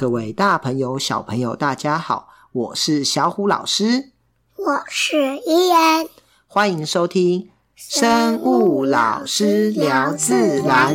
各位大朋友小朋友大家好，我是小虎老师， 我是依然， 欢迎收听生物老师聊自然。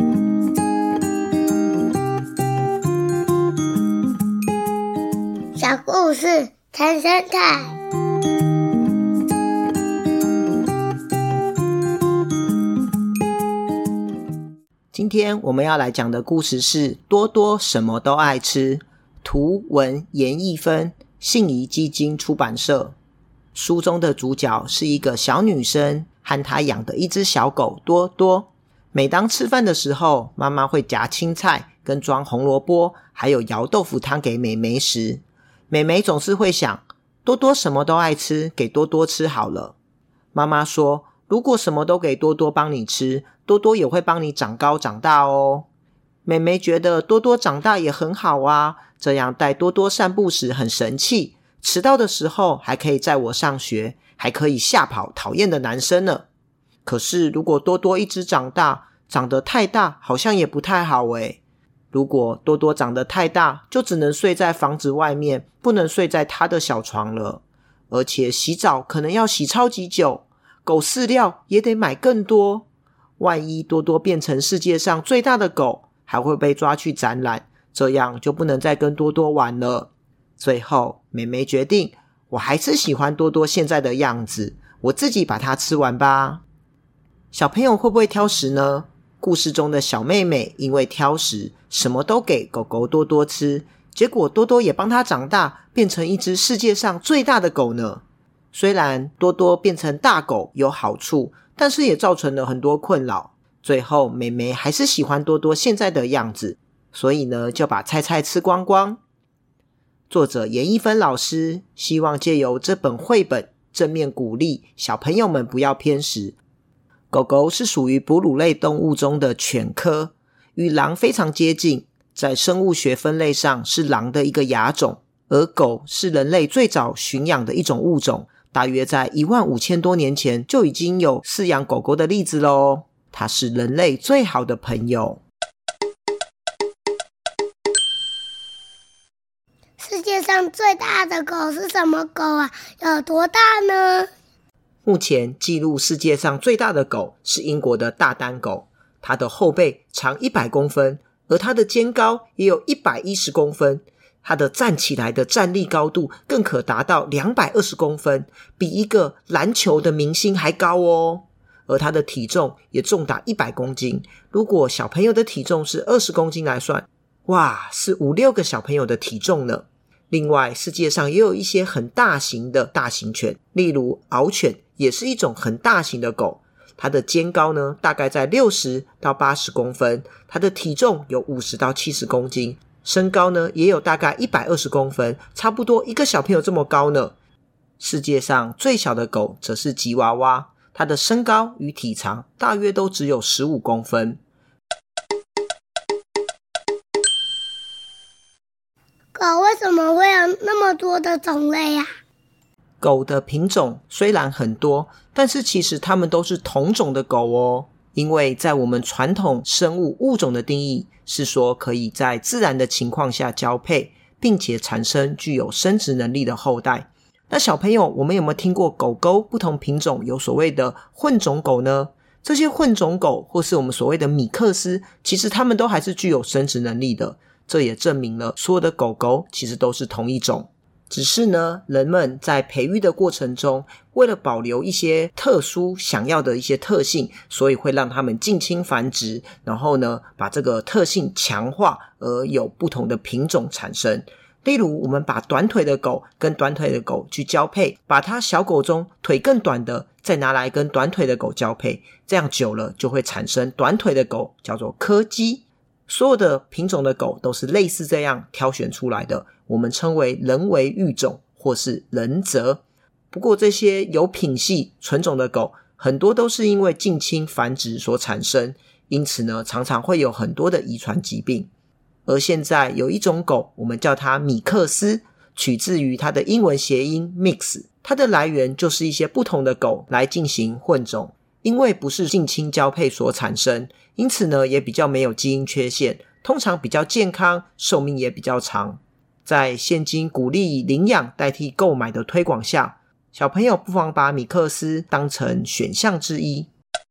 小故事谈生态。 今天我们要来讲的故事是多多什么都爱吃，图文严艺芬，信宜基金出版社。书中的主角是一个小女生和她养的一只小狗多多。每当吃饭的时候，妈妈会夹青菜跟装红萝卜还有摇豆腐汤给妹妹时，妹妹总是会想，多多什么都爱吃，给多多吃好了。妈妈说，如果什么都给多多帮你吃，多多也会帮你长高长大哦。妹妹觉得多多长大也很好啊，这样带多多散步时很神气，迟到的时候还可以载我上学，还可以吓跑讨厌的男生呢。可是如果多多一直长大，长得太大好像也不太好诶。如果多多长得太大，就只能睡在房子外面，不能睡在他的小床了。而且洗澡可能要洗超级久，狗饲料也得买更多。万一多多变成世界上最大的狗，还会被抓去展览，这样就不能再跟多多玩了。最后妹妹决定，我还是喜欢多多现在的样子，我自己把它吃完吧。小朋友会不会挑食呢？故事中的小妹妹因为挑食，什么都给狗狗多多吃，结果多多也帮她长大，变成一只世界上最大的狗呢。虽然多多变成大狗有好处，但是也造成了很多困扰。最后妹妹还是喜欢多多现在的样子，所以呢就把菜菜吃光光。作者严艺芬老师希望借由这本绘本正面鼓励小朋友们不要偏食。狗狗是属于哺乳类动物中的犬科，与狼非常接近，在生物学分类上是狼的一个亚种，而狗是人类最早驯养的一种物种，大约在15000多年前就已经有饲养狗狗的例子咯。它是人类最好的朋友。 世界上最大的狗是什么狗啊？有多大呢？ 目前记录世界上最大的狗是英国的大丹狗，它的后背长100公分，而它的肩高也有110公分，它的站起来的站立高度更可达到220公分，比一个篮球的明星还高哦。而它的体重也重达100公斤，如果小朋友的体重是20公斤来算，哇，是5-6个小朋友的体重呢。另外世界上也有一些很大型的大型犬，例如獒犬也是一种很大型的狗，它的肩高呢大概在60到80公分，它的体重有50到70公斤，身高呢也有大概120公分，差不多一个小朋友这么高呢。世界上最小的狗则是吉娃娃，它的身高与体长大约都只有15公分。 狗为什么会有那么多的种类啊？ 狗的品种虽然很多，但是其实它们都是同种的狗哦。因为在我们传统生物物种的定义是说，可以在自然的情况下交配，并且产生具有生殖能力的后代。那小朋友，我们有没有听过狗狗不同品种有所谓的混种狗呢？这些混种狗或是我们所谓的米克斯，其实它们都还是具有生殖能力的。这也证明了所有的狗狗其实都是同一种，只是呢人们在培育的过程中，为了保留一些特殊想要的一些特性，所以会让它们近亲繁殖，然后呢把这个特性强化，而有不同的品种产生。例如我们把短腿的狗跟短腿的狗去交配，把它小狗中腿更短的再拿来跟短腿的狗交配，这样久了就会产生短腿的狗，叫做柯基。所有的品种的狗都是类似这样挑选出来的，我们称为人为育种或是人择。不过这些有品系纯种的狗很多都是因为近亲繁殖所产生，因此呢常常会有很多的遗传疾病。而现在有一种狗，我们叫它米克斯，取自于它的英文谐音 mix， 它的来源就是一些不同的狗来进行混种。因为不是近亲交配所产生，因此呢也比较没有基因缺陷， 通常比较健康，寿命也比较长。在现今鼓励以领养代替购买的推广下，小朋友不妨把米克斯当成选项之一。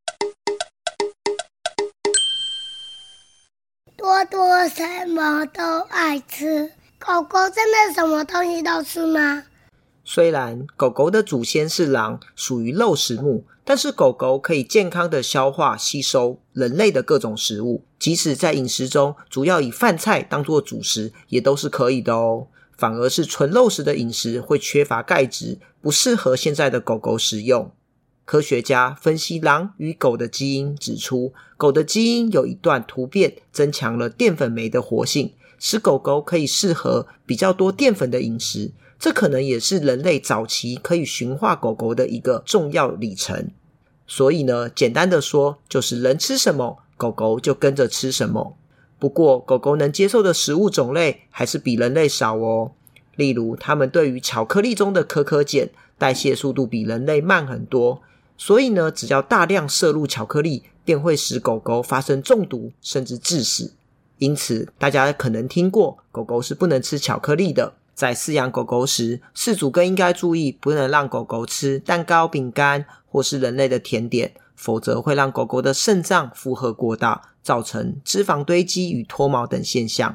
多多什么都爱吃，狗狗真的什么东西都吃吗？ 虽然狗狗的祖先是狼，属于肉食目，但是狗狗可以健康的消化吸收人类的各种食物，即使在饮食中主要以饭菜当作主食也都是可以的哦。反而是纯肉食的饮食会缺乏钙质，不适合现在的狗狗食用。科学家分析狼与狗的基因，指出狗的基因有一段突变增强了淀粉酶的活性，使狗狗可以适合比较多淀粉的饮食，这可能也是人类早期可以驯化狗狗的一个重要里程。所以呢，简单的说，就是人吃什么，狗狗就跟着吃什么。不过，狗狗能接受的食物种类还是比人类少哦。例如，它们对于巧克力中的可可碱代谢速度比人类慢很多，所以呢，只要大量摄入巧克力，便会使狗狗发生中毒，甚至致死。因此，大家可能听过，狗狗是不能吃巧克力的。在饲养狗狗时，饲主更应该注意，不能让狗狗吃蛋糕、饼干或是人类的甜点，否则会让狗狗的肾脏负荷过大，造成脂肪堆积与脱毛等现象。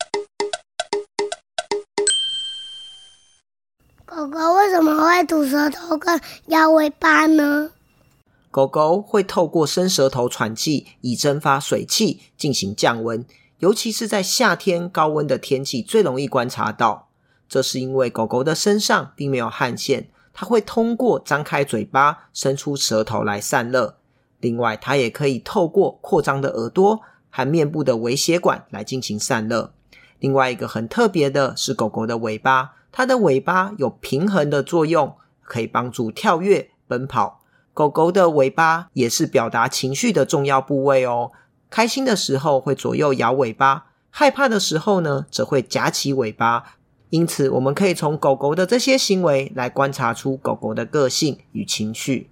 狗狗为什么会吐舌头跟摇尾巴呢？ 狗狗会透过伸舌头喘气，以蒸发水汽进行降温，尤其是在夏天高温的天气最容易观察到。这是因为狗狗的身上并没有汗腺，它会通过张开嘴巴伸出舌头来散热。另外，它也可以透过扩张的耳朵和面部的微血管来进行散热。另外一个很特别的是狗狗的尾巴，它的尾巴有平衡的作用，可以帮助跳跃、奔跑。狗狗的尾巴也是表达情绪的重要部位哦。开心的时候会左右摇尾巴，害怕的时候呢，则会夹起尾巴。因此，我们可以从狗狗的这些行为来观察出狗狗的个性与情绪。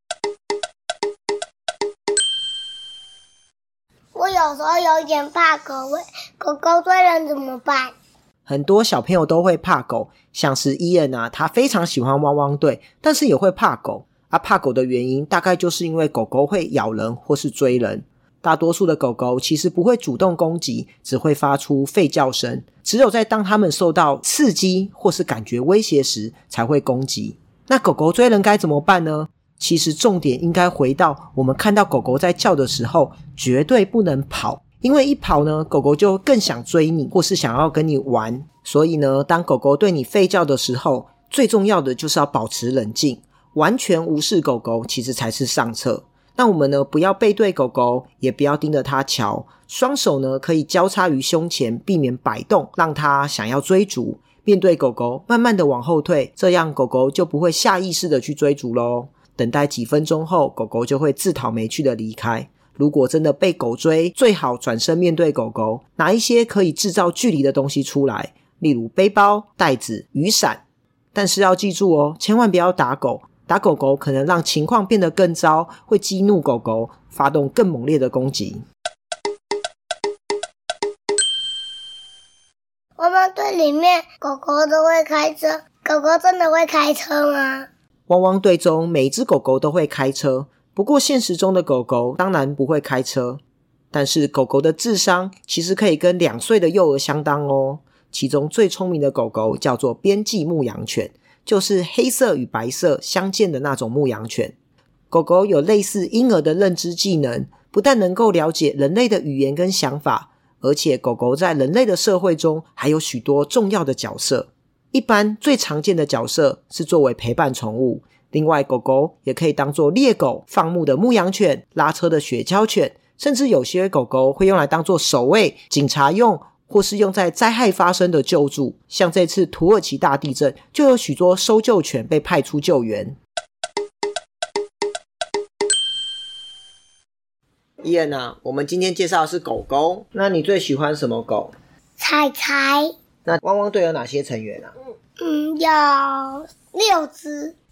我有时候有点怕狗，狗狗追人怎么办？ 很多小朋友都会怕狗，像是伊恩啊，他非常喜欢汪汪队，但是也会怕狗。怕狗的原因大概就是因为狗狗会咬人或是追人。大多数的狗狗其实不会主动攻击，只会发出吠叫声，只有在当它们受到刺激或是感觉威胁时才会攻击。那狗狗追人该怎么办呢？其实重点应该回到我们看到狗狗在叫的时候，绝对不能跑，因为一跑呢，狗狗就更想追你或是想要跟你玩。所以呢，当狗狗对你吠叫的时候，最重要的就是要保持冷静，完全无视狗狗其实才是上策。那我们呢，不要背对狗狗，也不要盯着它瞧，双手呢可以交叉于胸前，避免摆动，让它想要追逐。面对狗狗，慢慢的往后退，这样狗狗就不会下意识的去追逐咯。等待几分钟后，狗狗就会自讨没趣的离开。如果真的被狗追，最好转身面对狗狗，拿一些可以制造距离的东西出来，例如背包、袋子、雨伞。但是要记住哦，千万不要打狗，打狗狗可能让情况变得更糟，会激怒狗狗，发动更猛烈的攻击。 汪汪队里面狗狗都会开车，狗狗真的会开车吗？ 汪汪队中每一只狗狗都会开车，不过现实中的狗狗当然不会开车。但是狗狗的智商其实可以跟2岁的幼儿相当哦。其中最聪明的狗狗叫做边际牧羊犬，就是黑色与白色相间的那种牧羊犬。狗狗有类似婴儿的认知技能，不但能够了解人类的语言跟想法，而且狗狗在人类的社会中还有许多重要的角色。一般最常见的角色是作为陪伴宠物，另外狗狗也可以当作猎狗、放牧的牧羊犬、拉车的雪橇犬，甚至有些狗狗会用来当作守卫、警察用，或是用在灾害发生的救助。像这次土耳其大地震，就有许多搜救犬被派出救援。伊恩啊，我们今天介绍的是狗狗，那你最喜欢什么狗？ 彩彩。 那汪汪队有哪些成员啊？ 有6只。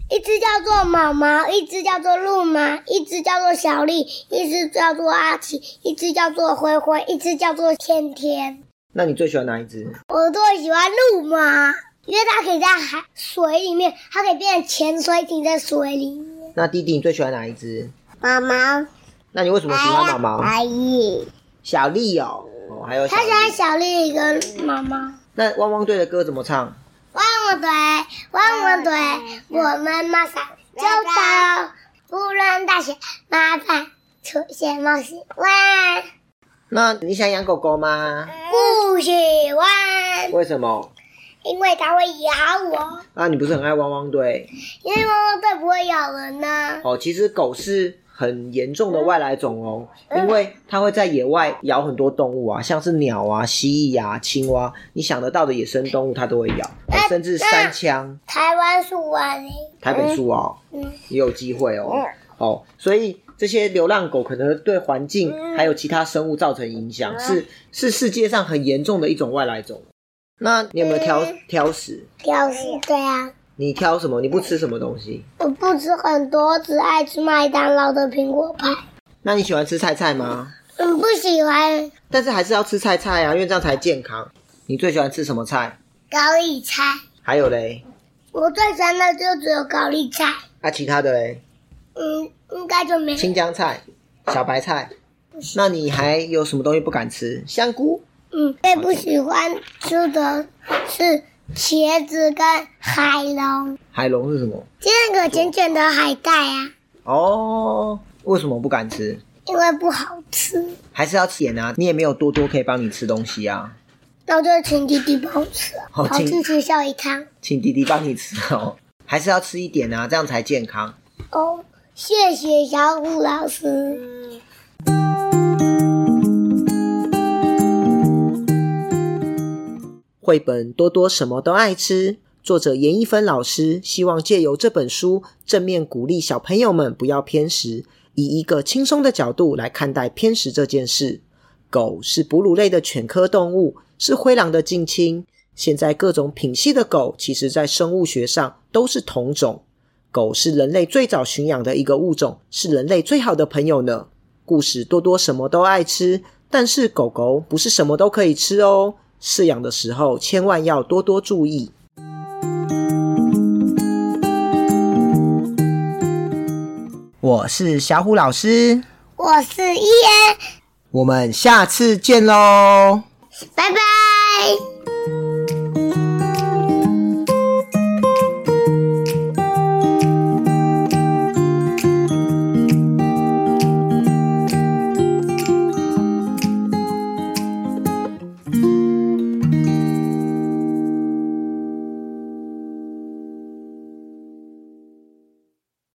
一只叫做毛毛，一只叫做鹿毛，一只叫做小丽，一只叫做阿奇，一只叫做灰灰，一只叫做天天。 那你最喜欢哪一只？ 我最喜欢鹿毛，因为它可以在水里面，它可以变成潜水艇在水里面。 那弟弟你最喜欢哪一只？ 毛毛。 那你为什么喜欢毛毛？ 阿姨。小丽哦，还有小丽。 他喜欢小丽跟毛毛。 那汪汪队的歌怎么唱？ 汪汪队，汪汪队，我们马上就到，不论大雪麻烦出现冒险湾。 那你想养狗狗吗？ 不喜欢。 为什么？ 因为它会咬我。 啊，你不是很爱汪汪队？ 因为汪汪队不会咬人呢。 哦，其实狗是很严重的外来种哦，因为它会在野外咬很多动物啊，像是鸟啊、蜥蜴啊、青蛙，你想得到的野生动物它都会咬，甚至山羌。 台湾树啊， 台北树哦，也有机会哦。哦，所以这些流浪狗可能对环境还有其他生物造成影响，是世界上很严重的一种外来种。那你有没有挑食？挑食， 对啊。 你挑什么？你不吃什么东西？ 我不吃很多，只爱吃麦当劳的苹果派。 那你喜欢吃菜吗？ 不喜欢。 但是还是要吃菜啊，因为这样才健康。你最喜欢吃什么菜？ 高丽菜。 还有嘞？ 我最喜欢的就只有高丽菜。 那其他的嘞？ 应该就没。 青江菜、小白菜。那你还有什么东西不敢吃？香菇。 最不喜欢吃的是茄子跟海龙。 海龙是什么？ 那个卷卷的海带啊。 哦，为什么不敢吃？ 因为不好吃。还是要点啊，你也没有多可以帮你吃东西啊。 那我就请弟弟帮我吃啊。跑去学校一趟。 请弟弟帮你吃哦。还是要吃一点啊，这样才健康。 哦，谢谢小虎老师。 绘本多多什么都爱吃，作者严一芬老师希望借由这本书正面鼓励小朋友们不要偏食，以一个轻松的角度来看待偏食这件事。狗是哺乳类的犬科动物，是灰狼的近亲。现在各种品系的狗其实在生物学上都是同种。狗是人类最早驯养的一个物种，是人类最好的朋友呢。故事多多什么都爱吃，但是狗狗不是什么都可以吃哦。饲养的时候千万要多多注意。我是小虎老师， 我是伊恩， 我们下次见咯， 拜拜。